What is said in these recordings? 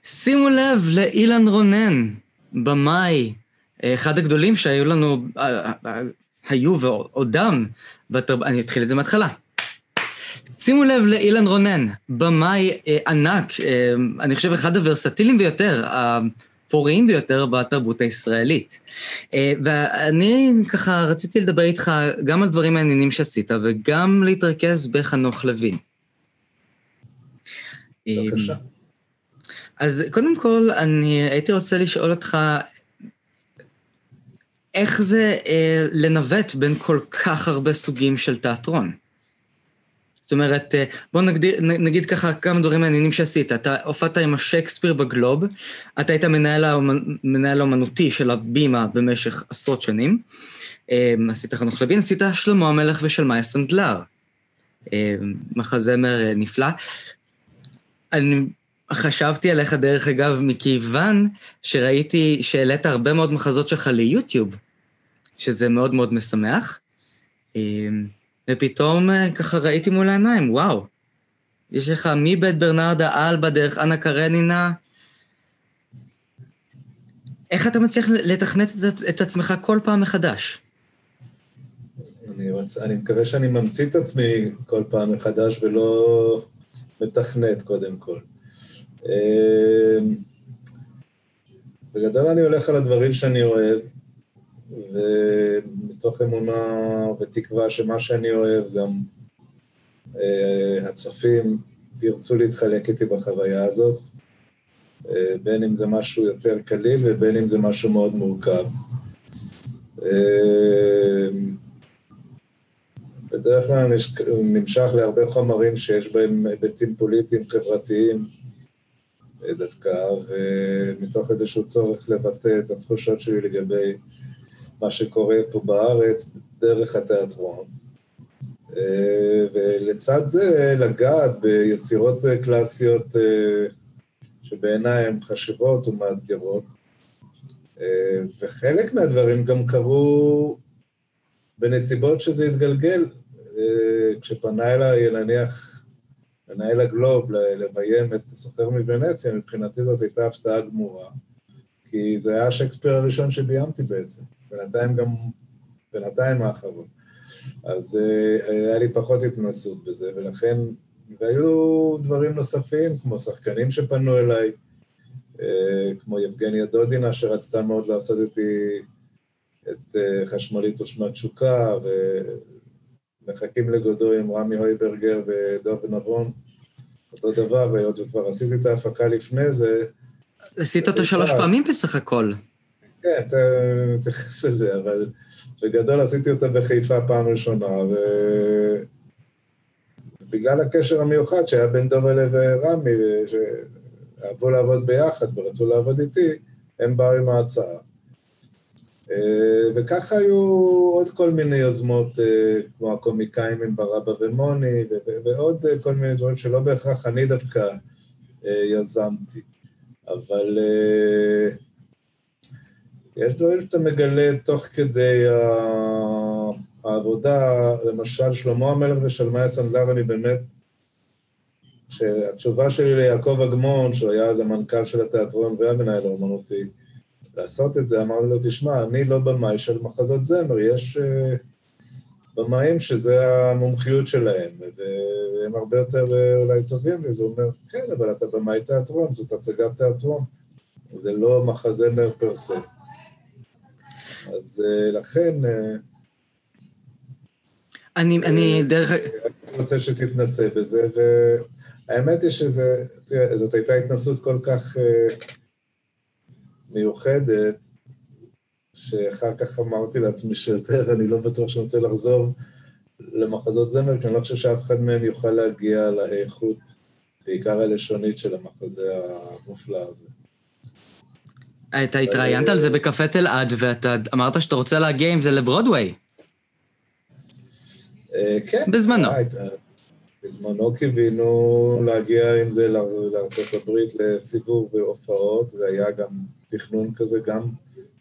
שימו לב לאילן רונן, במאי, אחד הגדולים שהיו לנו, היו ועודם, אני אתחיל את זה מההתחלה. שימו לב לאילן רונן, במאי ענק, אני חושב אחד הוורסטיליים ביותר, הפוריים ביותר בתרבות הישראלית. ואני ככה רציתי לדבר איתך גם על דברים מעניינים שעשית, וגם להתרכז בחנוך לוין. בבקשה. אז קודם כל, אני הייתי רוצה לשאול אותך, איך זה לנווט בין כל כך הרבה סוגים של תיאטרון? זאת אומרת, בוא נגיד ככה כמה דברים מעניינים שעשית. אתה הופעת עם השייקספיר בגלוב, אתה היית מנהל האומנותי של הבימה במשך עשרות שנים, עשית חנוך לוין, עשית שלמה המלך ושלמאי הסנדלר, מחזמר נפלא. אני חשבתי עליך דרך אגב מכיוון שראיתי שהעלית הרבה מאוד מחזות שלך ליוטיוב, שזה מאוד מאוד משמח, ופתאום ככה ראיתי מול העיניים, וואו, יש לך מבית ברנרדה אלבה דרך אנה קרנינה, איך אתה מצליח לתכנת את עצמך כל פעם מחדש? אני מקווה שאני ממציא את עצמי כל פעם מחדש ולא מתכנת קודם כל. בגדול אני הולך על הדברים שאני אוהב, ומתוך אמונה ותקווה שמה שאני אוהב גם הצופים ירצו להתחלק איתי בחוויה הזאת, בין אם זה משהו יותר קליל ובין אם זה משהו מאוד מורכב. בדרך כלל נמשך להרבה חומרים שיש בהם היבטים פוליטיים, חברתיים, דווקא, ומתוך איזשהו צורך לבטא את התחושות שלי לגבי מה שקורה פה בארץ, דרך התיאטרון. ולצד זה לגעת ביצירות קלאסיות שבעיניי הן חשובות ומאתגרות, וחלק מהדברים גם קרו בנסיבות שזה התגלגל, כשפנה אליי נניח מנהל הגלוב לביים את סוחר מוונציה, מבחינתי זאת הייתה הפתעה גמורה, כי זה היה השייקספיר הראשון שביימתי בעצם, בינתיים האחרון. אז היה לי פחות התנסות בזה, ולכן, והיו דברים נוספים, כמו שחקנים שפנו אליי, כמו יבגניה דודינה, שרצתה מאוד לעשות איתי את חשמלית ושמת תשוקה, ומחכים לגודו עם רמי הויברגר ודוב נבון, אותו דבר, והיות וכבר עשיתי את ההפקה לפני זה. עשית אותו 3 פעמים בסך הכל. כן, תתייחס לזה, אבל בגדול עשיתי אותה בחיפה פעם ראשונה, ובגלל הקשר המיוחד שהיה בין דובלה ורמי, שאהבו לעבוד ביחד ורצו לעבוד איתי, הם באו עם ההצעה. וככה היו עוד כל מיני יוזמות, כמו הקומיקאים עם ברבא ומוני, ועוד כל מיני דברים שלא בהכרח אני דווקא יזמתי. אבל יש דברים שאתה מגלה תוך כדי העבודה, למשל שלמה המלך ושלמאי הסנדלר, אני באמת, שהתשובה שלי ליעקב אגמון, שהוא היה אז המנכ"ל של התיאטרון והמנהל האומנותי, לעשות את זה, אמר לי לו, תשמע, אני לא במאי של מחזות זמר, יש במאים שזה המומחיות שלהם, והם הרבה יותר אולי טובים לי, זה אומר, כן, אבל אתה במאי תיאטרון, זאת הצגת תיאטרון, זה לא מחזמר פרסה. אז לכן, אני דרך... אני רוצה שתתנסה בזה, והאמת היא שזאת הייתה התנסות כל כך מיוחדת, שאחר כך אמרתי לעצמי שיותר, אני לא בטוח שאני רוצה לחזור למחזות זמר, כי אני לא חושב שאף אחד מהם יוכל להגיע לאיכות, בעיקר הלשונית של המחזה המופלא הזה. אתה התראיינת על זה בקפה תל עד, ואתה אמרת שאתה רוצה להגיע עם זה לברודווי. כן. בזמנו. בזמנו קיווינו להגיע עם זה לארצות הברית לסיבוב והופעות, והיה גם תכנון כזה גם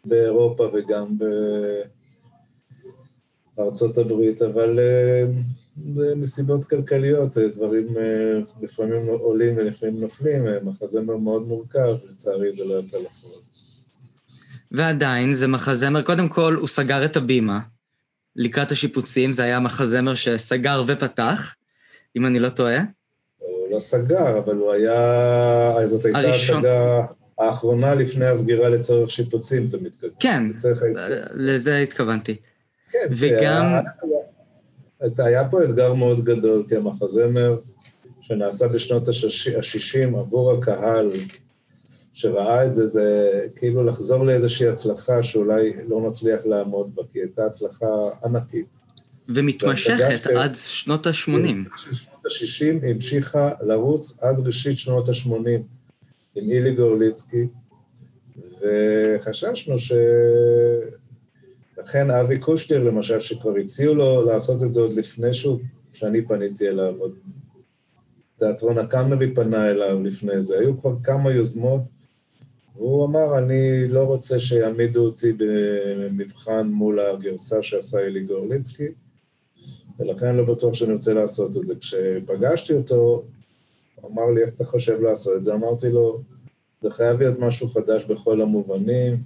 באירופה וגם בארצות הברית, אבל מסיבות כלכליות, דברים לפעמים עולים ולפעמים נופלים, מחזמר מאוד מורכב, לצערי זה לא יצא לפועל. ועדיין, זה מחזמר, קודם כל, הוא סגר את הבימה. לקראת השיפוצים, זה היה מחזמר שסגר ופתח, אם אני לא טועה. הוא לא סגר, אבל הוא היה... זאת הייתה השגה האחרונה לפני הסגירה לצורך שיפוצים, אתה מתכוון. כן, לזה התכוונתי. כן, וגם... היה פה אתגר מאוד גדול, כי המחזמר שנעשה בשנות ה-60 עבור הקהל שראה את זה, זה כאילו לחזור לאיזושהי הצלחה שאולי לא נצליח לעמוד בה, כי הייתה הצלחה ענקית. ומתמשכת עד שנות ה-80. שנות ה-60 המשיכה לרוץ עד ראשית שנות ה-80 עם אילי גורליצקי, וחששנו לכן אבי קושניר למשל, שכבר הציעו לו לעשות את זה עוד לפני שאני פניתי אליו, עוד תיאטרון הקאמרי פנה אליו לפני זה, היו כבר כמה יוזמות, והוא אמר, אני לא רוצה שיעמידו אותי במבחן מול הגרסה שעשה אילי גורליצקי, ולכן אני לא בטוח שאני רוצה לעשות את זה. כשפגשתי אותו, הוא אמר לי, איך אתה חושב לעשות את זה? אמרתי לו, זה חייב להיות משהו חדש בכל המובנים,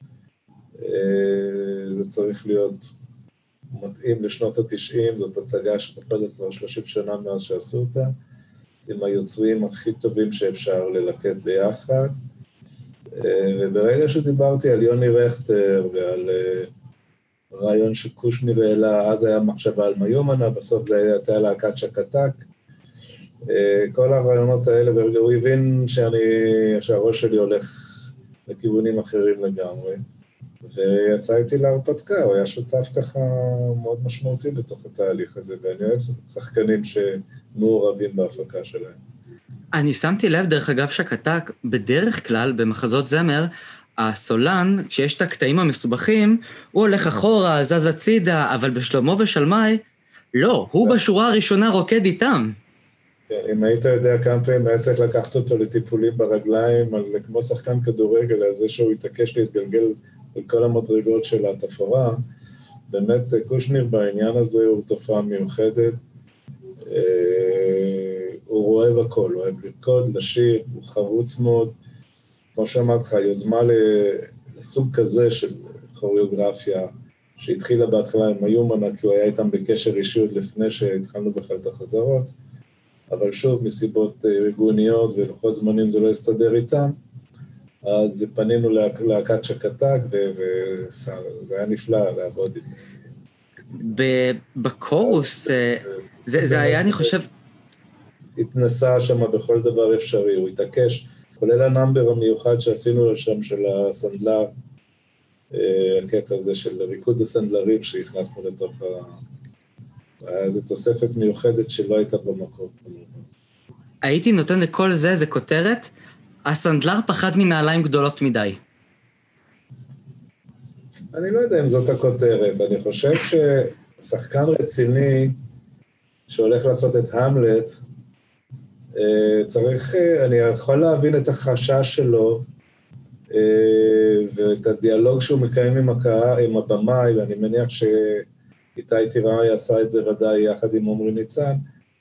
זה צריך להיות מתאים לשנות ה-90, זאת הצגה שבכל זאת כבר 30 שנה מאז שעשו אותה, עם היוצרים הכי טובים שאפשר ללקט ביחד, וברגע שדיברתי על יוני רכטר ועל רעיון שקושניר העלה, אז היה מחשבה על מיומנה, בסוף זה הייתה להקת שקטק, כל הרעיונות האלה, והוא הבין שהראש שלי הולך לכיוונים אחרים לגמרי, ויצא איתי להרפתקה, הוא היה שותף ככה מאוד משמעותי בתוך התהליך הזה, ואני אוהב שחקנים שמעורבים בהפקה שלהם. אני שמתי לב, דרך אגב, שקטק, בדרך כלל, במחזות זמר, הסולן, כשיש את הקטעים המסובכים, הוא הולך אחורה, זז הצידה, אבל בשלמה ושלמי, לא, הוא בשורה הראשונה רוקד איתם. אם היית יודע כמה פעמים היה צריך לקחת אותו לטיפולים ברגליים, כמו שחקן כדורגל, על זה שהוא התעקש להתגלגל על כל המדרגות של התפאורה, באמת קושניר בעניין הזה הוא תופעה מיוחדת, הוא אוהב הכל, הוא אוהב לרקוד, לשיר, הוא חרוץ מאוד, כמו שאמרתי לך, יוזמה לסוג כזה של כוריאוגרפיה, שהתחילה בהתחלה עם מיומנה, כי הוא היה איתם בקשר אישי עוד לפני שהתחלנו בכלל את החזרות, אבל שוב, מסיבות ארגוניות ולוחות זמנים זה לא יסתדר איתם, אז פנינו להקת שקטק, וזה היה נפלא לעבוד איתם. בקורוס, זה היה, אני חושב... התנסה שם בכל דבר אפשרי, הוא התעקש, כולל הנאמבר המיוחד שעשינו לו שם של הסנדלר, הקטע הזה של ריקוד הסנדלרים שהכנסנו לתוך זו תוספת מיוחדת שלא הייתה במקום. הייתי נותן לכל זה כותרת, הסנדלר פחד מנעליים גדולות מדי. אני לא יודע אם זאת הכותרת, אני חושב ששחקן רציני שהולך לעשות את המלט, צריך, אני יכול להבין את החשש שלו, ואת הדיאלוג שהוא מקיים עם הבמאי, ואני מניח שאיתי תיראי עשה את זה ודאי יחד עם עומרי ניצן,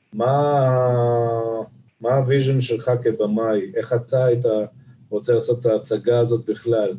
מה הוויז'ן שלך כבמאי? איך אתה היית רוצה לעשות את ההצגה הזאת בכלל?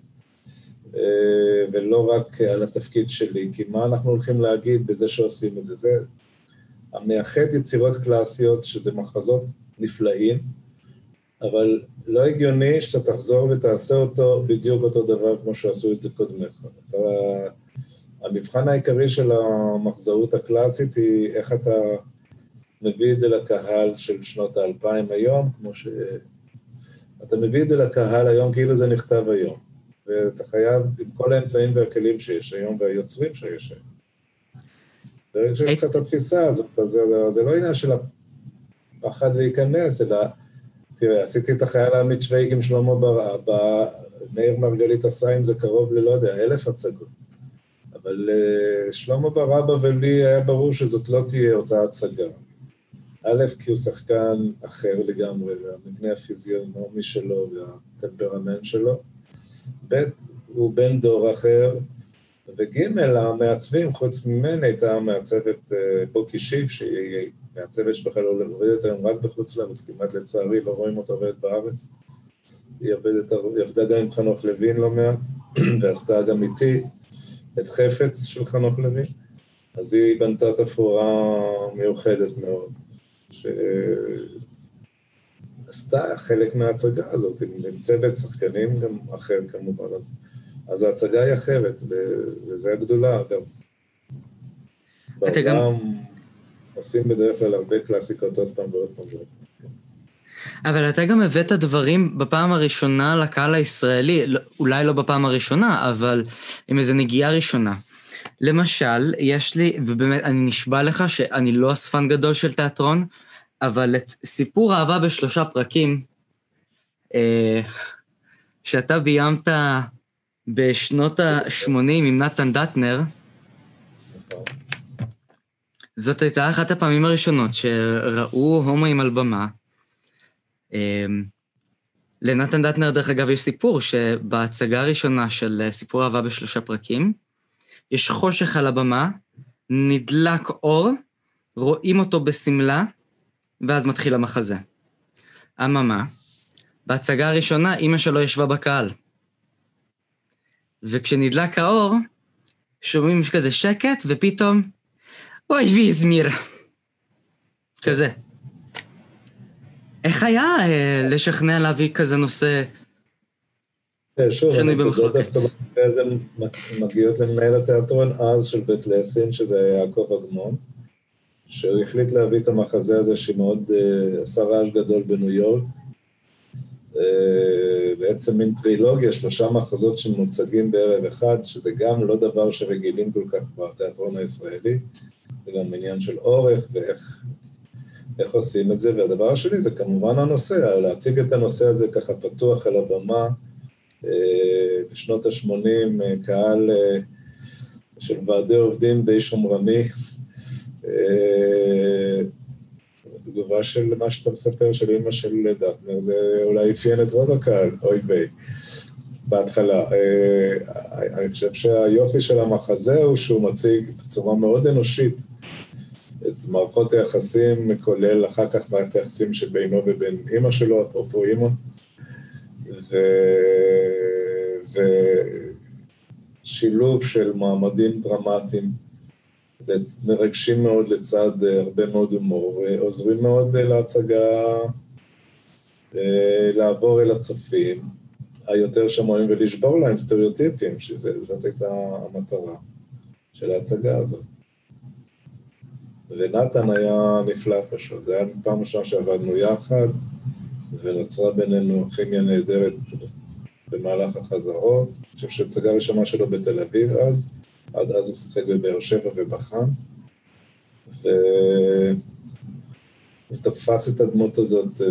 ולא רק על התפקיד שלי, כי מה אנחנו הולכים להגיד בזה שעושים את זה? זה המייחד יצירות קלאסיות, שזה מחזות נפלאים, אבל לא הגיוני שאתה תחזור ותעשה אותו בדיוק אותו דבר כמו שעשו את זה קודמך. המבחן העיקרי של המחזאות הקלאסית היא איך אתה מביא את זה לקהל של שנות ה-2000 היום, כמו אתה מביא את זה לקהל היום כאילו זה נכתב היום, ואתה חייב עם כל האמצעים והכלים שיש היום והיוצרים שיש היום. ברגע שיש לך את התפיסה הזאת, זה לא עניין של הפחד להיכנס, אלא, תראה, עשיתי את החייל העמית שוויג עם שלמה ברבא, מאיר מרגלית עשה עם זה קרוב ללא יודע, 1,000 הצגות. אבל שלמה ברבא ולי היה ברור שזאת לא תהיה אותה הצגה. א', כי הוא שחקן אחר לגמרי, והמבנה הפיזיונומי שלו והטמפרמנט שלו. ב', הוא בן דור אחר, וג' המעצבים, חוץ ממני, הייתה מעצבת בוקי שיב, שהיא מעצבת שבכלל לא עובדת היום רק בחוץ לארץ, כמעט לצערי, לא רואים אותה עובדת בארץ. היא עבדה גם עם חנוך לוין לא מעט, ועשתה גם איתי את חפץ של חנוך לוין, אז היא בנתה תפאורה מיוחדת מאוד, שעשתה חלק מההצגה הזאת, עם צוות שחקנים גם אחר כמובן, אז ההצגה היא אחרת, וזה הגדולה, אגב. בעולם עושים בדרך כלל הרבה קלאסיקות עוד פעם ועוד פעם ועוד פעם. אבל אתה גם הבאת דברים בפעם הראשונה לקהל הישראלי, אולי לא בפעם הראשונה, אבל עם איזו נגיעה ראשונה. למשל, יש לי, ובאמת אני נשבע לך שאני לא אספן גדול של תיאטרון, אבל את סיפור אהבה בשלושה פרקים, שאתה ביימת בשנות ה-80 עם נתן דטנר, זאת הייתה אחת הפעמים הראשונות שראו הומואים על במה. לנתן דטנר, דרך אגב, יש סיפור שבהצגה הראשונה של סיפור אהבה בשלושה פרקים, יש חושך על הבמה, נדלק אור, רואים אותו בסמלה, ואז מתחיל המחזה. אממה, בהצגה הראשונה, אמא שלו ישבה בקהל. וכשנדלק האור, שומעים כזה שקט, ופתאום, אוי ויזמיר. כזה. איך היה לשכנע להביא כזה נושא שוב, שנוי במחלוקת? דווקא במקרה מגיעות למנהל התיאטרון אז של בית לסין, שזה היה יעקב אגמון, שהוא החליט להביא את המחזה הזה שמאוד עשה רעש גדול בניו יורק, בעצם מין טרילוגיה, 3 מחזות שמוצגים בערב אחד, שזה גם לא דבר שרגילים כל כך בתיאטרון הישראלי, זה גם עניין של אורך ואיך עושים את זה, והדבר השני זה כמובן הנושא, להציג את הנושא הזה ככה פתוח על הבמה, בשנות ה-80 קהל של ועדי עובדים די שמרני, תגובה של מה שאתה מספר של אמא של דטנר, זה אולי אפיין את רוב הקהל, אוי ביי, בהתחלה. אני חושב שהיופי של המחזה הוא שהוא מציג בצורה מאוד אנושית את מערכות היחסים, כולל אחר כך מערכת היחסים שבינו ובין אמא שלו, אפרופו אמא, ושילוב של מעמדים דרמטיים, מרגשים מאוד לצד הרבה מאוד הומור, ועוזרים מאוד להצגה לעבור אל הצופים, היותר שמועים ולשבור להם סטריאוטיפים, שזאת הייתה המטרה של ההצגה הזאת. ונתן היה נפלא פשוט, זה היה פעם ראשונה שעבדנו יחד, ונוצרה בינינו כימיה נהדרת במהלך החזרות. אני חושב שהצגה ראשונה שלו בתל אביב אז, עד אז הוא שיחק בבאר שבע ובחן, ותפס את הדמות הזאת,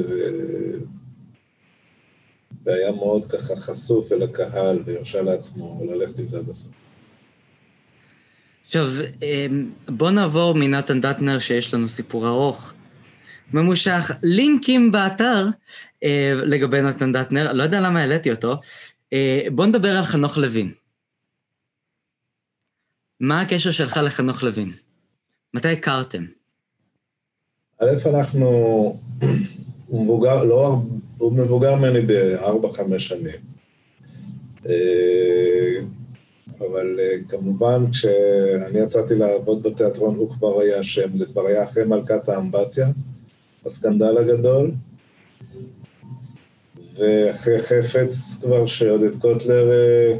והיה מאוד ככה חשוף אל הקהל, והרשה לעצמו ללכת עם זה עד הסוף. עכשיו, בוא נעבור מנתן דטנר שיש לנו סיפור ארוך, ממושך, לינקים באתר לגבי נתן דטנר, לא יודע למה העליתי אותו, בוא נדבר על חנוך לוין. מה הקשר שלך לחנוך לוין? מתי הכרתם? אנחנו, הוא מבוגר, הוא מבוגר ממני ב4-5 שנים. אבל כמובן כשאני יצאתי לעבוד בתיאטרון הוא כבר היה שם, זה כבר היה אחרי מלכת האמבטיה, הסקנדל הגדול, ואחרי חפץ כבר שעודד קוטלר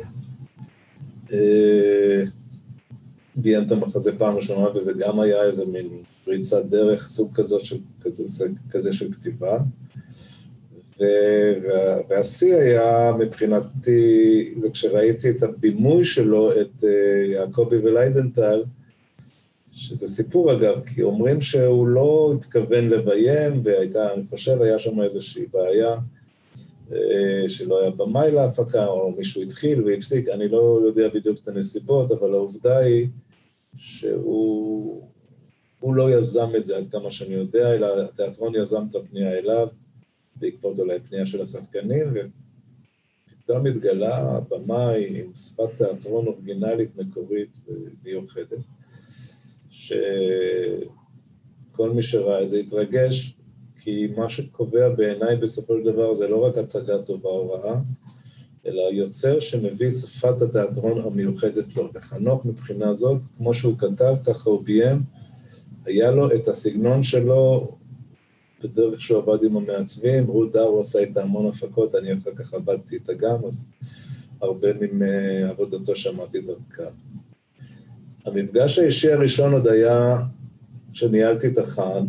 ביים את המחזה פעם ראשונה, וזה גם היה איזה מין פריצת דרך, סוג כזה של כתיבה. והשיא היה מבחינתי, זה כשראיתי את הבימוי שלו, את יעקבי וליידנטל, שזה סיפור אגב, כי אומרים שהוא לא התכוון לביים, והייתה, אני חושב, היה שם איזושהי בעיה, שלא היה במאי להפקה, או מישהו התחיל והפסיק, אני לא יודע בדיוק את הנסיבות, אבל העובדה היא שהוא לא יזם את זה עד כמה שאני יודע, אלא התיאטרון יזם את הפנייה אליו, בעקבות אולי פנייה של השחקנים, פתאום התגלה במאי עם שפת תיאטרון אורגינלית מקורית ומיוחדת, שכל מי שראה זה התרגש, כי מה שקובע בעיניי בסופו של דבר זה לא רק הצגה טובה או רעה, אלא יוצר שמביא שפת התיאטרון המיוחדת לו. וחנוך מבחינה זאת, כמו שהוא כתב, ככה הוא ביים, היה לו את הסגנון שלו, בדרך שהוא עבד עם המעצבים, רות דארו עשה איתה המון הפקות, אני אחר כך עבדתי איתה גם, אז הרבה מעבודתו שמעתי דרכה. המפגש האישי הראשון עוד היה שניהלתי את החאן,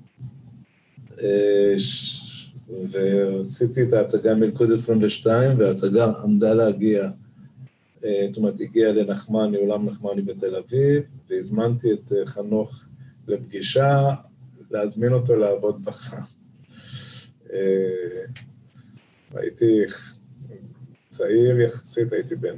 ועשיתי את ההצגה מלכוד 22, וההצגה עמדה להגיע, זאת אומרת, הגיעה לנחמני, אולם נחמני בתל אביב, והזמנתי את חנוך לפגישה, להזמין אותו לעבוד בחאן. הייתי צעיר יחסית, הייתי בן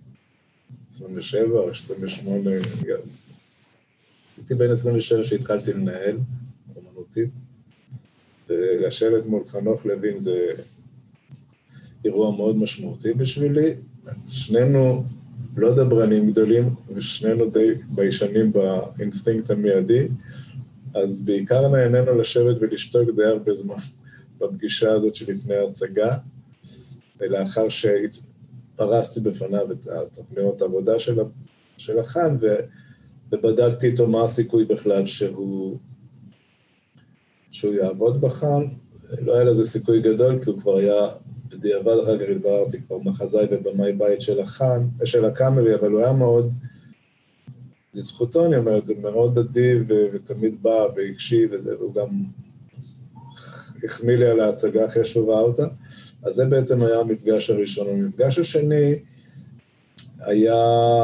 27 או 28, הייתי בן 27 שהתחלתי לנהל, אומנותית, ולשבת מול חנוך לוין זה אירוע מאוד משמעותי בשבילי, שנינו לא דברנים גדולים, ושנינו די ביישנים באינסטינקט המיידי, אז בעיקר נהנינו לשבת ולשתוק די הרבה זמן בפגישה הזאת שלפני ההצגה, ולאחר שפרסתי בפניו את התוכניות העבודה של החאן, ובדקתי איתו מה הסיכוי בכלל שהוא יעבוד בחאן, לא היה לזה סיכוי גדול, כי הוא כבר היה בדיעבד, אחר כך התבררתי כבר מחזאי ובמאי בית של החאן, של הקאמרי, אבל הוא היה מאוד, לזכותו אני אומרת, זה מאוד אדיב ותמיד בא והקשיב וזה, והוא גם החמיא לי על ההצגה אחרי שהוא ראה אותה, אז זה בעצם היה המפגש הראשון. המפגש השני היה,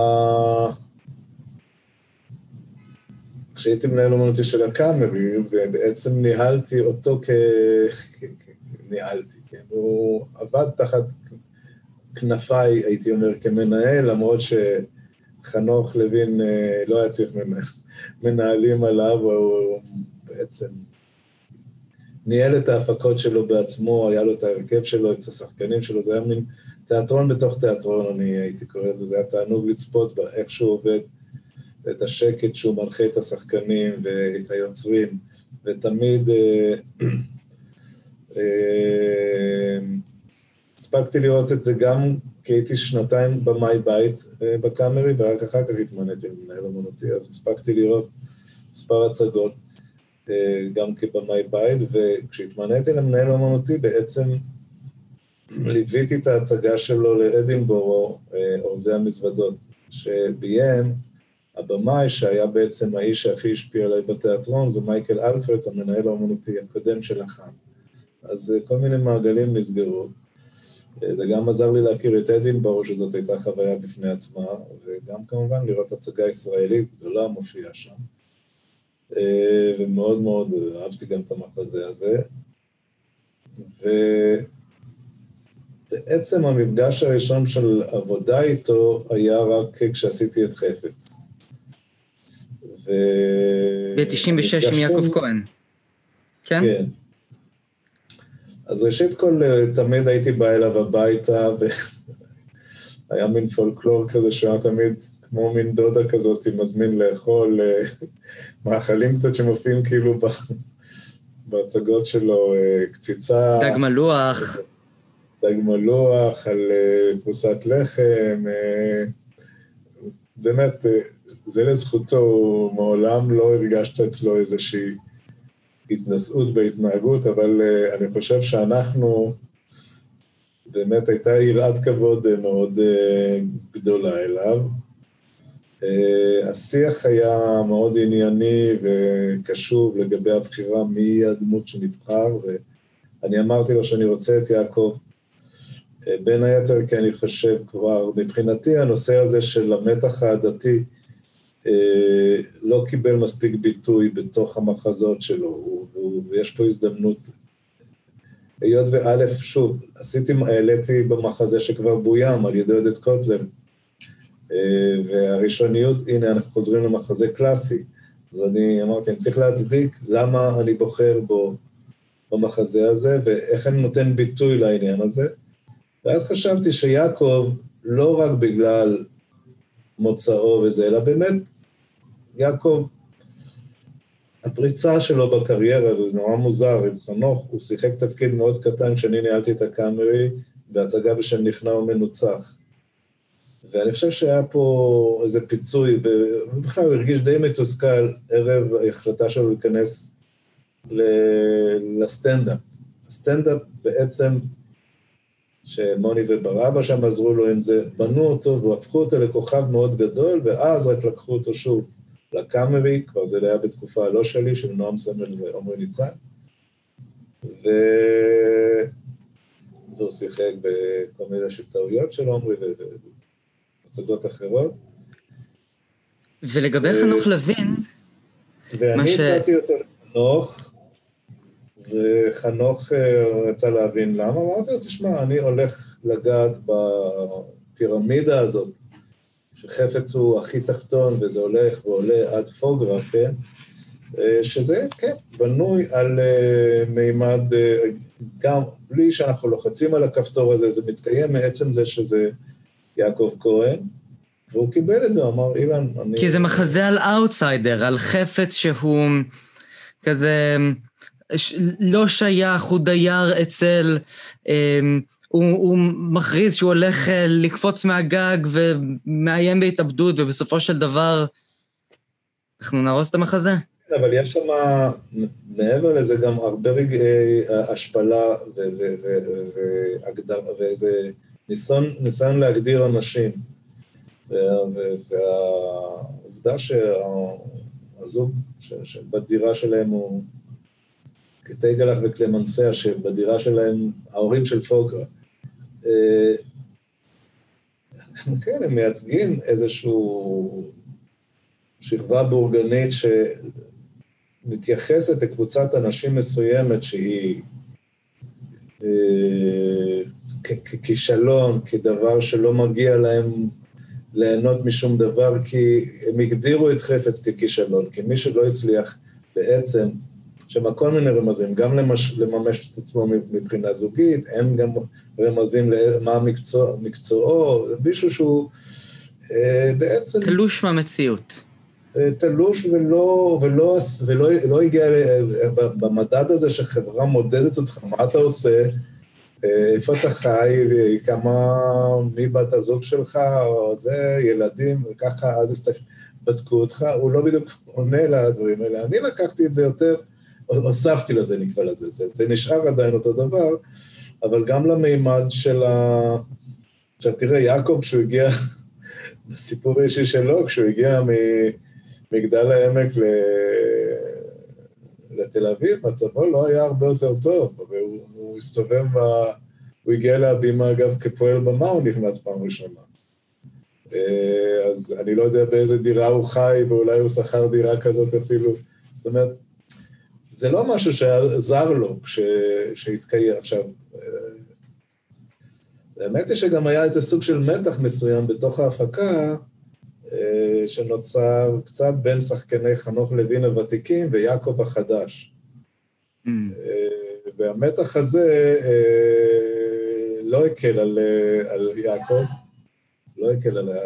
כשהייתי מנהל אומנותי של הקאמרי, ובעצם ניהלתי אותו ניהלתי, כן, הוא עבד תחת כנפיי, הייתי אומר, כמנהל, למרות חנוך לוין לא היה צריך מנהלים עליו, הוא בעצם ניהל את ההפקות שלו בעצמו, היה לו את ההרכב שלו, את השחקנים שלו, זה היה מין תיאטרון בתוך תיאטרון, אני הייתי קורא לזה, זה היה תענוג לצפות באיך שהוא עובד, את השקט שהוא מנחה את השחקנים ואת היוצרים, ותמיד הספקתי לראות את זה גם כי הייתי שנתיים במאי בית בקאמרי, ורק אחר כך התמניתי למנהל אומנותי, אז הספקתי לראות מספר הצגות גם כבמאי בית, וכשהתמניתי למנהל אומנותי בעצם ליוויתי את ההצגה שלו לאדינבורו, אורזי המזוודות, שביים הבמאי שהיה בעצם האיש שהכי השפיע עליי בתיאטרון, זה מייקל אלפרץ, המנהל האומנותי הקודם של החאן. אז כל מיני מעגלים נסגרו. זה גם עזר לי להכיר את אדינבורו, שזאת הייתה חוויה בפני עצמה, וגם כמובן לראות הצגה ישראלית גדולה מופיעה שם. ומאוד מאוד אהבתי גם את המחזה הזה. ובעצם המפגש הראשון של עבודה איתו היה רק כשעשיתי את חפץ. ב-96 עם יעקב כהן. כן? כן. אז ראשית כל, תמיד הייתי בא אליו הביתה, והיה מין פולקלור כזה שהיה תמיד כמו מין דודה כזאת, מזמין לאכול מאכלים קצת שמופיעים כאילו בהצגות שלו, קציצה. דג מלוח. דג מלוח, על פרוסת לחם. באמת, זה לזכותו, מעולם לא הרגשת אצלו איזושהי התנסות בהתנהגות, אבל אני חושב שאנחנו, באמת הייתה יראת כבוד מאוד גדולה אליו. השיח היה מאוד ענייני וקשוב לגבי הבחירה מי הדמות שנבחר, ואני אמרתי לו שאני רוצה את יעקב. בין היתר, כי אני חושב כבר, מבחינתי הנושא הזה של המתח העדתי, לא קיבל מספיק ביטוי בתוך המחזות שלו, ויש פה הזדמנות, היות וא', שוב, העליתי במחזה שכבר בוים על ידי עודד קוטלר, והראשוניות, הנה אנחנו חוזרים למחזה קלאסי, אז אני אמרתי, אני צריך להצדיק למה אני בוחר בו במחזה הזה, ואיך אני נותן ביטוי לעניין הזה, ואז חשבתי שיעקב, לא רק בגלל מוצאו וזה, אלא באמת, יעקב, הפריצה שלו בקריירה, זה נורא מוזר, עם חנוך, הוא שיחק תפקיד מאוד קטן כשאני ניהלתי את הקאמרי, בהצגה בשם נכנע ומנוצח. ואני חושב שהיה פה איזה פיצוי, ובכלל הוא הרגיש די מתוסכל ערב ההחלטה שלו להיכנס לסטנדאפ. הסטנדאפ בעצם, שמוני וברבא שם עזרו לו עם זה, בנו אותו והפכו אותו לכוכב מאוד גדול, ואז רק לקחו אותו שוב לקאמרי, כבר זה היה בתקופה לא שלי, של נועם סמל ועומרי ניצן, והוא שיחק בכל מיני של טעויות של עומרי והצגות אחרות. ולגבי חנוך לוין, ואני הצעתי אותו לחנוך, וחנוך רצה להבין למה, אמרתי לו, תשמע, אני הולך לגעת בפירמידה הזאת, שחפץ הוא הכי תחתון, וזה הולך ועולה עד פוגרה, כן? שזה, כן, בנוי על מימד, גם בלי שאנחנו לוחצים על הכפתור הזה, זה מתקיים מעצם זה שזה יעקב כהן, והוא קיבל את זה, הוא אמר, אילן, אני... כי זה מחזה על אאוטסיידר, על חפץ שהוא כזה לא שייך, הוא דייר אצל... הוא מכריז שהוא הולך לקפוץ מהגג ומאיים בהתאבדות, ובסופו של דבר אנחנו נהרוס את המחזה. אבל יש שם, מעבר לזה, גם הרבה רגעי השפלה ואיזה ניסיון להגדיר אנשים. והעובדה שהזוג שבדירה שלהם הוא קטייגלח וקלמנסיה, שבדירה שלהם ההורים של פוגרה. כן, הם מייצגים איזשהו שכבה בורגנית שמתייחסת לקבוצת אנשים מסוימת שהיא ככישלון, כדבר שלא מגיע להם ליהנות משום דבר, כי הם הגדירו את חפץ ככישלון, כי מי שלא הצליח בעצם, שמה כל מיני רמזים, גם לממש את עצמו מבחינה זוגית, הם גם רמזים למה מקצועו, מישהו שהוא בעצם... תלוש מהמציאות. תלוש ולא הגיע במדד הזה שחברה מודדת אותך, מה אתה עושה, איפה אתה חי, מי בת הזוג שלך, או זה, ילדים, וככה, אז בדקו אותך, הוא לא בדיוק עונה לדברים האלה, אני לקחתי את זה יותר, הוספתי לזה, נקרא לזה, זה נשאר עדיין אותו דבר, אבל גם למימד של עכשיו תראה, יעקב, כשהוא הגיע, בסיפור האישי שלו, כשהוא הגיע מגדל העמק לתל אביב, מצבו לא היה הרבה יותר טוב, והוא הסתובב, הוא הגיע להבימה, אגב, כפועל במה, הוא נכנס פעם ראשונה. אז אני לא יודע באיזה דירה הוא חי, ואולי הוא שכר דירה כזאת אפילו, זאת אומרת, זה לא משהו שעזר לו שהתקיים עכשיו. האמת היא שגם היה איזה סוג של מתח מסוים בתוך ההפקה, שנוצר קצת בין שחקני חנוך לוין הוותיקים ויעקב החדש. והמתח הזה לא הקל על יעקב, לא הקל על...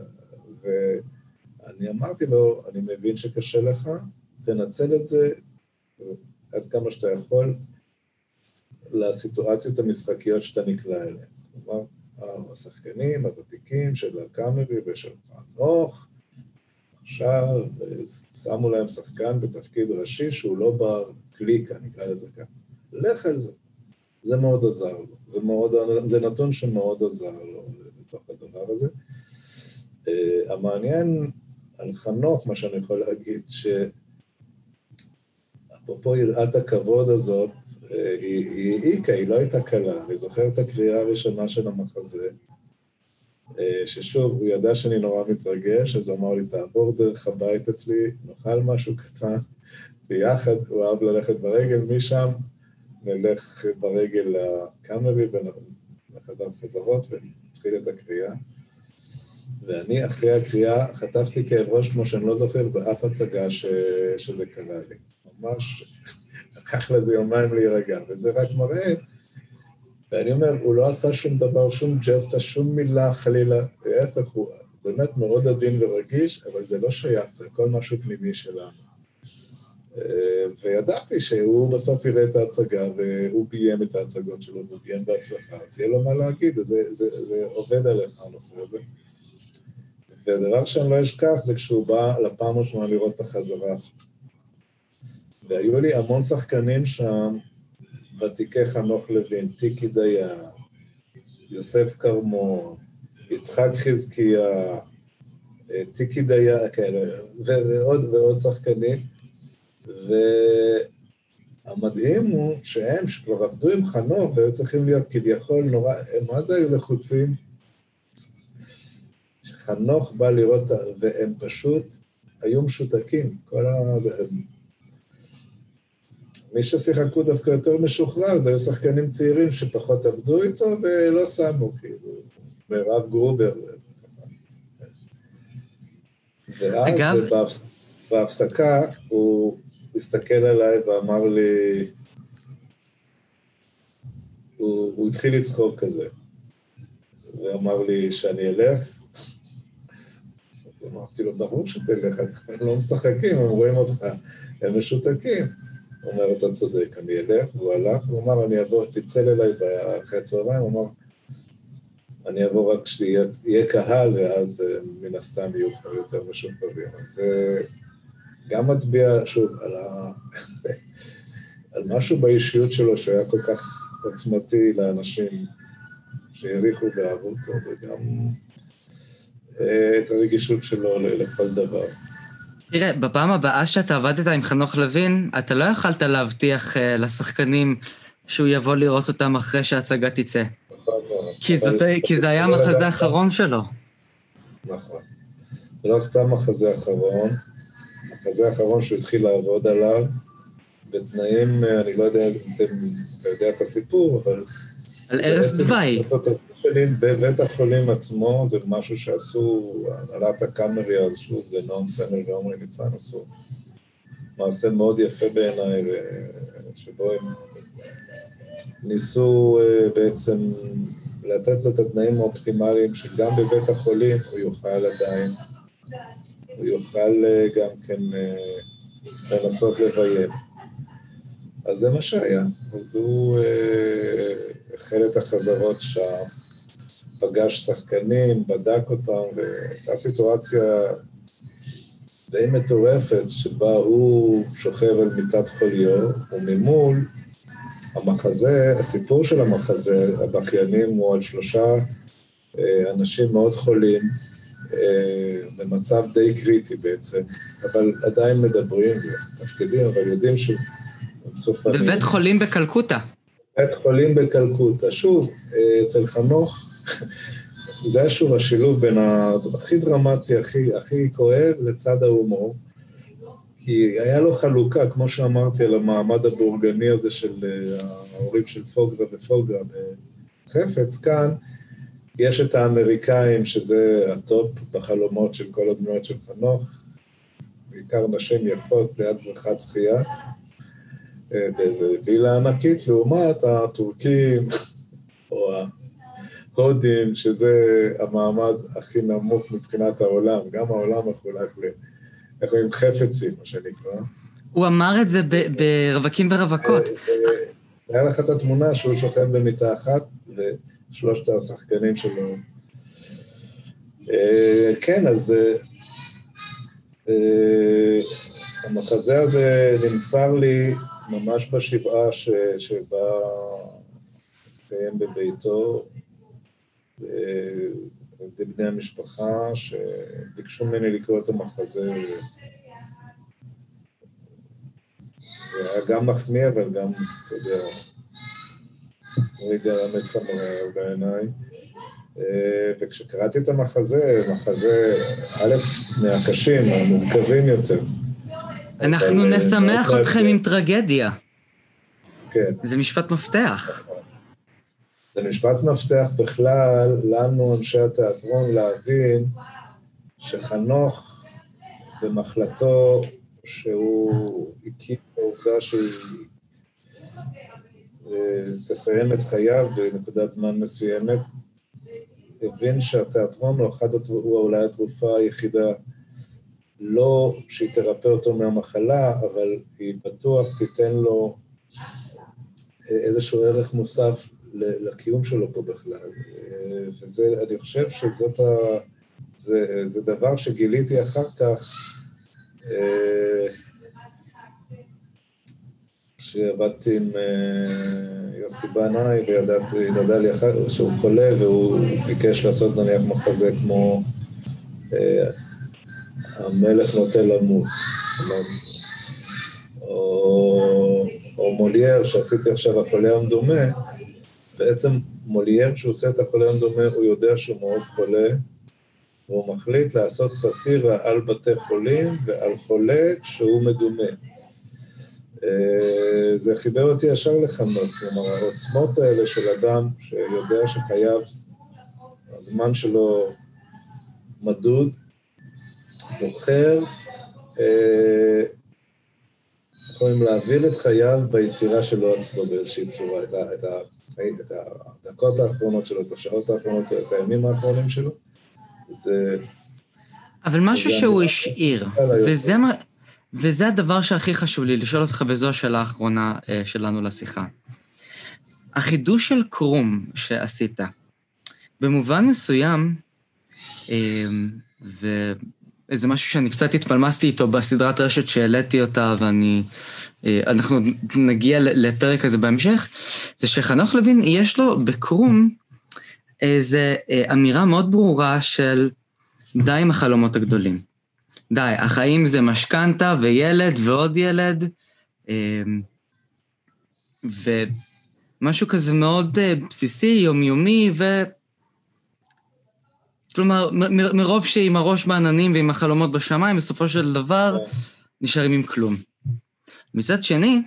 ואני אמרתי לו, אני מבין שקשה לך, תנצל את זה עד כמה שאתה יכול לסיטואציות המשחקיות שאתה נקלע אליהן. כלומר, השחקנים הוותיקים של הקאמרי ושל חנוך, עכשיו שמו להם שחקן בתפקיד ראשי שהוא לא בקליקה, נקרא לזה ככה. לך על זה. זה מאוד עזר לו. זה נתון שמאוד עזר לו בתוך הדבר הזה. המעניין על חנוך, מה שאני יכול להגיד, אפרופו יראת הכבוד הזאת, היא לא הייתה קלה. אני זוכר את הקריאה הראשונה של המחזה, ששוב, הוא ידע שאני נורא מתרגש, אז הוא אמר לי, תעבור דרך הבית אצלי, נאכל משהו קטן, ביחד, הוא אהב ללכת ברגל, משם נלך ברגל לקאמרי, לחדר חזרות, ונתחיל את הקריאה. ואני אחרי הקריאה חטפתי כאב ראש, כמו שאני לא זוכר, באף הצגה שזה קרה לי. ממש לקח לזה יומיים להירגע, וזה רק מראה ואני אומר, הוא לא עשה שום דבר, שום ג'סטה, שום מילה, חלילה, להפך, הוא באמת מאוד עדין ורגיש, אבל זה לא שייך, זה כל משהו פנימי שלנו. וידעתי שהוא בסוף יראה את ההצגה, והוא ביים את ההצגות שלו, והוא ביים בהצלחה, אז יהיה לו מה להגיד, זה עובד עליך הנושא הזה. והדבר שאני לא אשכח זה כשהוא בא לפעם ראשונה לראות את החזרה. והיו לי המון שחקנים שם, ותיקי חנוך לוין, טיקי דיין, יוסף קרמון, יצחק חזקיה, טיקי דיין, כן, ועוד שחקנים, והמדהים הוא שהם שכבר עבדו עם חנוך, והיו צריכים להיות כביכול נורא, מה זה היו לחוצים? שחנוך בא לראות, והם פשוט היו משותקים, כל הזה, מי ששיחקו דווקא יותר משוחרר, זה היו שחקנים צעירים שפחות עבדו איתו ולא שמו, כאילו, מרב גרובר. ואז בהפסקה הוא הסתכל עליי ואמר לי, הוא התחיל לצחוק כזה, ואמר לי שאני אלך, אז אמרתי לו, ברור שתלך, הם לא משחקים, הם רואים אותך, הם משותקים. הוא אומר, אתה צודק, אני אלך, והוא הלך, הוא אמר, אני אעבור, צלצל אליי אחרי הצהריים, הוא אמר, אני אעבור רק כשיהיה קהל, ואז מן הסתם יהיו כבר יותר משוחררים. אז זה גם מצביע, שוב, על משהו באישיות שלו, שהיה כל כך עוצמתי לאנשים שהעריכו ואהבו אותו, וגם את הרגישות שלו לכל דבר. תראה, בפעם הבאה שאתה עבדת עם חנוך לוין, אתה לא יכלת להבטיח לשחקנים שהוא יבוא לראות אותם אחרי שההצגה תצא. כי זה היה המחזה האחרון שלו. נכון. לא סתם מחזה האחרון, מחזה האחרון שהוא התחיל לעבוד עליו, בתנאים, אני לא יודע אם אתה יודע את הסיפור, אבל... על ערש דווי. בבית החולים עצמו, זה משהו שעשו, הנהלת הקאמרי, אז שוב, זה נועם סמל ועומרי ניצן עשו. מעשה מאוד יפה בעיניי, שבו הם ניסו בעצם לתת לו את התנאים האופטימליים, שגם בבית החולים הוא יוכל עדיין, הוא יוכל גם כן לנסות לביים. אז זה מה שהיה, אז הוא החל את החזרות שם, פגש שחקנים, בדק אותם, והייתה סיטואציה די מטורפת, שבה הוא שוכב על מיטת חוליו, וממול המחזה, הסיפור של המחזה, הבכיינים הוא על 3 אנשים מאוד חולים, במצב די קריטי בעצם, אבל עדיין מדברים ותפקידים, אבל יודעים שהוא סופנים. בבית חולים בקלקוטה. בית חולים בקלקוטה. שוב, אצל חנוך, זה היה שוב השילוב בין הכי דרמטי, הכי כואב לצד ההומור, כי היה לו חלוקה, כמו שאמרתי, על המעמד הבורגני הזה של ההורים של פוגרה ופוגרה בחפץ, כאן יש את האמריקאים, שזה הטופ בחלומות של כל הדמויות של חנוך, בעיקר נשים יפות ליד בריכת שחייה, באיזה וילה ענקית, לעומת הטורקים או ההודים, שזה המעמד הכי נמוך מבחינת העולם, גם העולם מחולק עם חפצים, מה שנקרא. הוא אמר את זה ברווקים ורווקות. היה לך את התמונה שהוא שוכב במיטה אחת, ושלושת השחקנים שלו. כן, אז המחזה הזה נמסר לי ממש בשבעה שבה קיים בביתו, בני המשפחה שביקשו ממני לקרוא את המחזה. זה היה גם מחמיא, אבל גם, אתה יודע, רגע מצמרר בעיניי. וכשקראתי את המחזה, א', מהקשים, המורכבים יותר. אנחנו נשמח אתכם עם טרגדיה. כן. זה משפט מפתח. זה משפט מפתח בכלל, לנו, אנשי התיאטרון, להבין שחנוך במחלתו, שהוא הקים בעובדה שהיא תסיים את חייו בנקודת זמן מסוימת, הבין שהתיאטרון הוא אולי התרופה היחידה, לא שהיא תרפא אותו מהמחלה, אבל היא בטוח תיתן לו איזשהו ערך מוסף לקיום שלו פה בכלל. וזה, אני חושב זה דבר שגיליתי אחר כך, כשעבדתי עם יוסי בנאי, וידע לי אחר שהוא חולה, והוא ביקש לעשות נניח מחזה כמו המלך נוטה למות, או מולייר, שעשיתי עכשיו החולה המדומה. בעצם מולייר, כשהוא עושה את החולה המדומה, הוא יודע שהוא מאוד חולה, והוא מחליט לעשות סאטירה על בתי חולים ועל חולה כשהוא מדומה. זה חיבר אותי ישר לחנות, כלומר, העוצמות האלה של אדם שיודע שחייב, הזמן שלו מדוד, בוחר, יכולים להעביר את חייו ביצירה שלו אצלו באיזושהי צורה, את הדקות האחרונות שלו, את השעות האחרונות, את הימים האחרונים שלו. אבל משהו שהוא השאיר, וזה הדבר שהכי חשוב לי לשאול אותך, וזו השאלה האחרונה שלנו לשיחה. החידוש של קרום שעשית, במובן מסוים, וזה משהו שאני קצת התפלמסתי איתו בסדרת רשת שהעליתי אותה, אנחנו נגיע לפרק הזה בהמשך, זה שחנוך לוין יש לו בקרום איזו אמירה מאוד ברורה של די עם החלומות הגדולים. די, החיים זה משכנתה וילד ועוד ילד, ומשהו כזה מאוד בסיסי, יומיומי, כלומר, מרוב שעם הראש בעננים ועם החלומות בשמיים, בסופו של דבר נשארים עם כלום. מצד שני,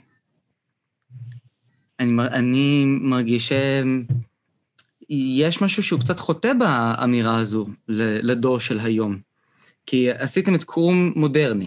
אני מרגיש שיש משהו שהוא קצת חוטא באמירה הזו לדור של היום. כי עשיתם את קרום מודרני.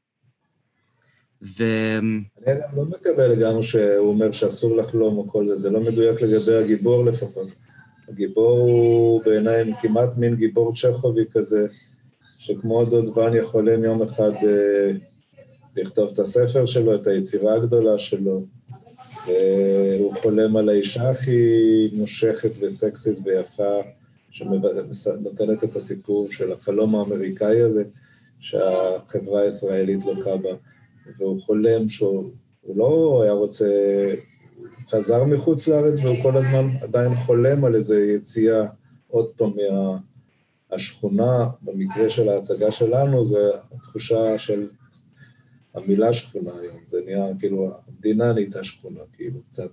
אני גם לא מקבל לגמרי שהוא אומר שאסור לחלום או כל זה, זה לא מדויק לגבי הגיבור לפחות. הגיבור הוא בעיניי כמעט מין גיבור צ'כובי כזה, שכמו דוד וניה חולם יום אחד לכתוב את הספר שלו, את היצירה הגדולה שלו, והוא חולם על האישה הכי מושכת וסקסית ויפה, שנותנת את הסיפור של החלום האמריקאי הזה, שהחברה הישראלית לוקה בה, והוא חולם שהוא לא היה רוצה, חזר מחוץ לארץ, והוא כל הזמן עדיין חולם על איזו יציאה עוד פעם מהשכונה, במקרה של ההצגה שלנו, זה התחושה של המילה שכונה היום, זה נהיה כאילו, המדינה נהייתה שכונה, כאילו קצת.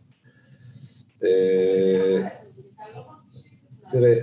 תראה,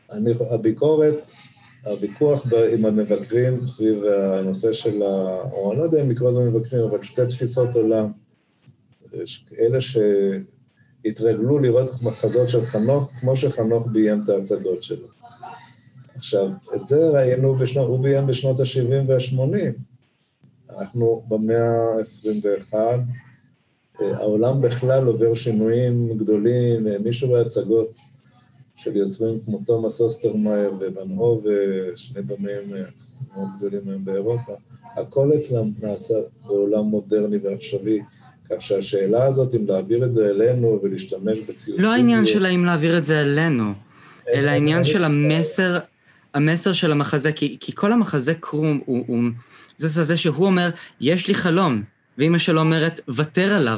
הוויכוח עם המבקרים סביב הנושא של או אני לא יודע אם לקרוא לזה מבקרים, אבל שתי תפיסות עולם, אלה שהתרגלו לראות מחזות של חנוך, כמו שחנוך ביים את ההצגות שלו. עכשיו, את זה ראינו, הוא ביים בשנות ה-70 וה-80, אנחנו במאה ה-21, העולם בכלל עובר שינויים גדולים, מישהו בהצגות של יוצרים כמו תומאס אוסטרמאייר וואן הו ושני במים מאוד גדולים מהם באירופה, הכל אצלם נעשה בעולם מודרני ועכשווי, כך שהשאלה הזאת אם להעביר את זה אלינו ולהשתמש בציוד... לא העניין של האם להעביר את זה אלינו, אלא העניין של המסר של המחזה, כי כל המחזה קרום זה שהוא אומר, יש לי חלום, ואמא שלו אומרת, ותר עליו.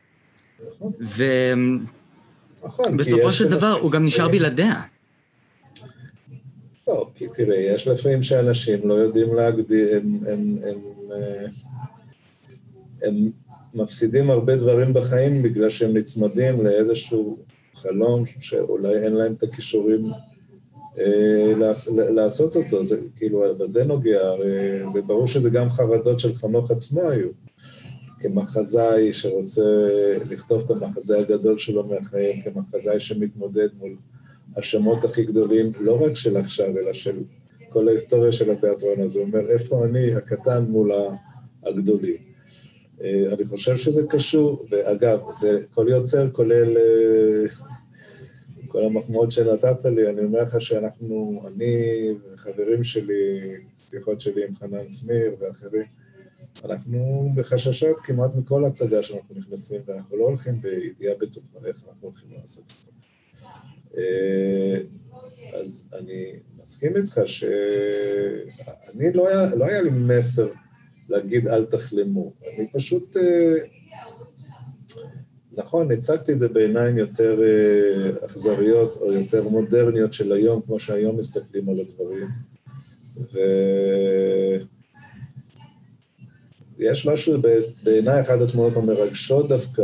ובסופו של דבר הוא גם נשאר בלעדיה. לא, כי תראה, יש לפעמים שאנשים לא יודעים להגדיר, הם מפסידים הרבה דברים בחיים בגלל שהם נצמדים לאיזשהו חלום שאולי אין להם את הכישורים לעשות אותו, זה כאילו, בזה נוגע, זה ברור שזה גם חרדות של חנוך עצמו היו, כמחזאי שרוצה לכתוב את המחזה הגדול שלו מהחיים, כמחזאי שמתמודד מול השמות הכי גדולים, לא רק של עכשיו, אלא של כל ההיסטוריה של התיאטרון הזה, הוא אומר, איפה אני הקטן מול הגדולים? אני חושב שזה קשור, ואגב, זה כל יוצר, כולל כל המחמאות שנתת לי, אני אומר לך שאנחנו, אני וחברים שלי, שיחות שלי עם חנן סמיר ואחרים, אנחנו בחששות כמעט מכל הצגה שאנחנו נכנסים, ואנחנו לא הולכים בידיעה בטוחה איך אנחנו הולכים לעשות את זה. אז אני מסכים איתך שאני לא היה לי מסר להגיד אל תחלמו, אני פשוט, נכון, הצגתי את זה בעיניים יותר אכזריות או יותר מודרניות של היום, כמו שהיום מסתכלים על הדברים, ויש משהו בעיניי, אחת התמונות המרגשות דווקא,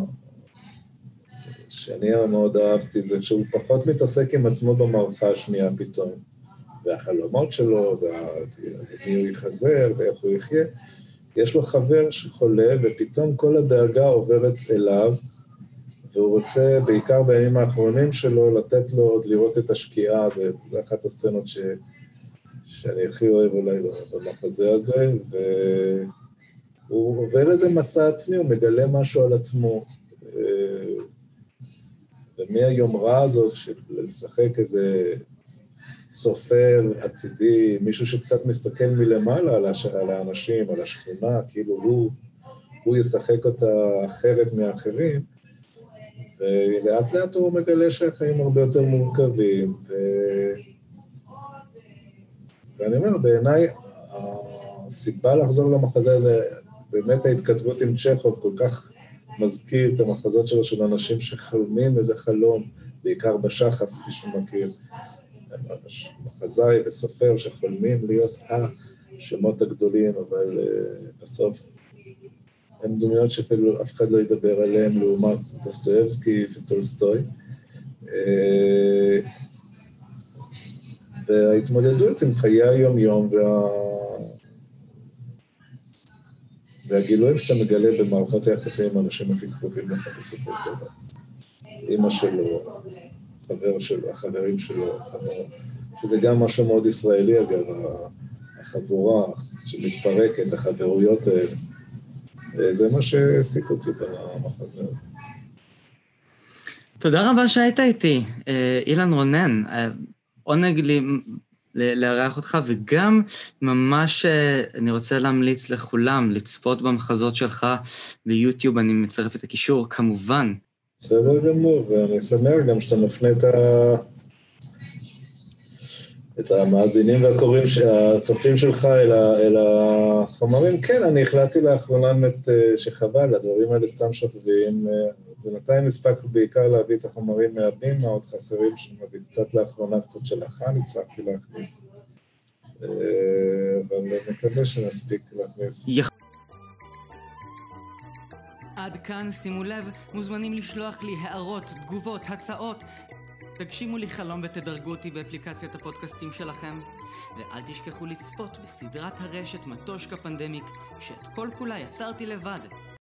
שאני מאוד אהבתי, זה שהוא פחות מתעסק עם עצמו במערכה השנייה פתאום, והחלומות שלו, ומי הוא יחזר, ואיך הוא יחיה. יש לו חבר שחולה, ופתאום כל הדאגה עוברת אליו, והוא רוצה, בעיקר בימים האחרונים שלו, לתת לו עוד לראות את השקיעה, וזו אחת הסצנות שאני הכי אוהב אולי במחזה הזה, והוא עובר איזה מסע עצמי, הוא מגלה משהו על עצמו, ומהיומרה הזאת של לשחק איזה סופר עתידי, מישהו שקצת מסתכל מלמעלה על האנשים, על השכונה, כאילו הוא ישחק אותה אחרת מאחרים, ולאט לאט הוא מגלה שהחיים הרבה יותר מורכבים, ואני אומר, בעיניי, הסיבה לחזור למחזה הזה, באמת ההתכתבות עם צ'כוב כל כך מזכיר את המחזות שלו של אנשים שחלמים איזה חלום, בעיקר בשחף, כפי שמכיר, מחזאי וסופר שחולמים להיות השמות הגדולים, אבל בסוף הם דמויות שאפילו אף אחד לא ידבר עליהם, לעומת דוסטויבסקי וטולסטוי. וההתמודדות עם חיי היום-יום והגילויים שאתה מגלה במערכות היחסים עם האנשים הכי קרובים לך בסופו של דבר. אמא שלו, חבר שלו, החברים שלו, שזה גם משהו מאוד ישראלי אגב, החבורה שמתפרקת, החברויות האלה. זה מה שהעסיק אותי במחזה הזה. תודה רבה שהיית איתי, אילן רונן. עונג לי לארח אותך, וגם ממש אני רוצה להמליץ לכולם לצפות במחזות שלך ביוטיוב, אני מצרף את הקישור כמובן. בסדר גמור, ואני שמח גם שאתה מפנה את המאזינים והקוראים, הצופים שלך אל החומרים. כן, אני החלטתי לאחרונה שחבל, הדברים האלה סתם שוכבים, בינתיים הספקנו בעיקר להביא את החומרים מהבים, מאוד חסרים שמביא קצת לאחרונה, קצת של החן, הצלחתי להכניס. אבל מקווה שנספיק להכניס. עד כאן, שימו לב, מוזמנים לשלוח לי הערות, תגובות, הצעות. תגשימו לי חלום ותדרגו אותי באפליקציית הפודקאסטים שלכם. ואל תשכחו לצפות בסדרת הרשת מטושקה פנדמיק, שאת כל כולה יצרתי לבד.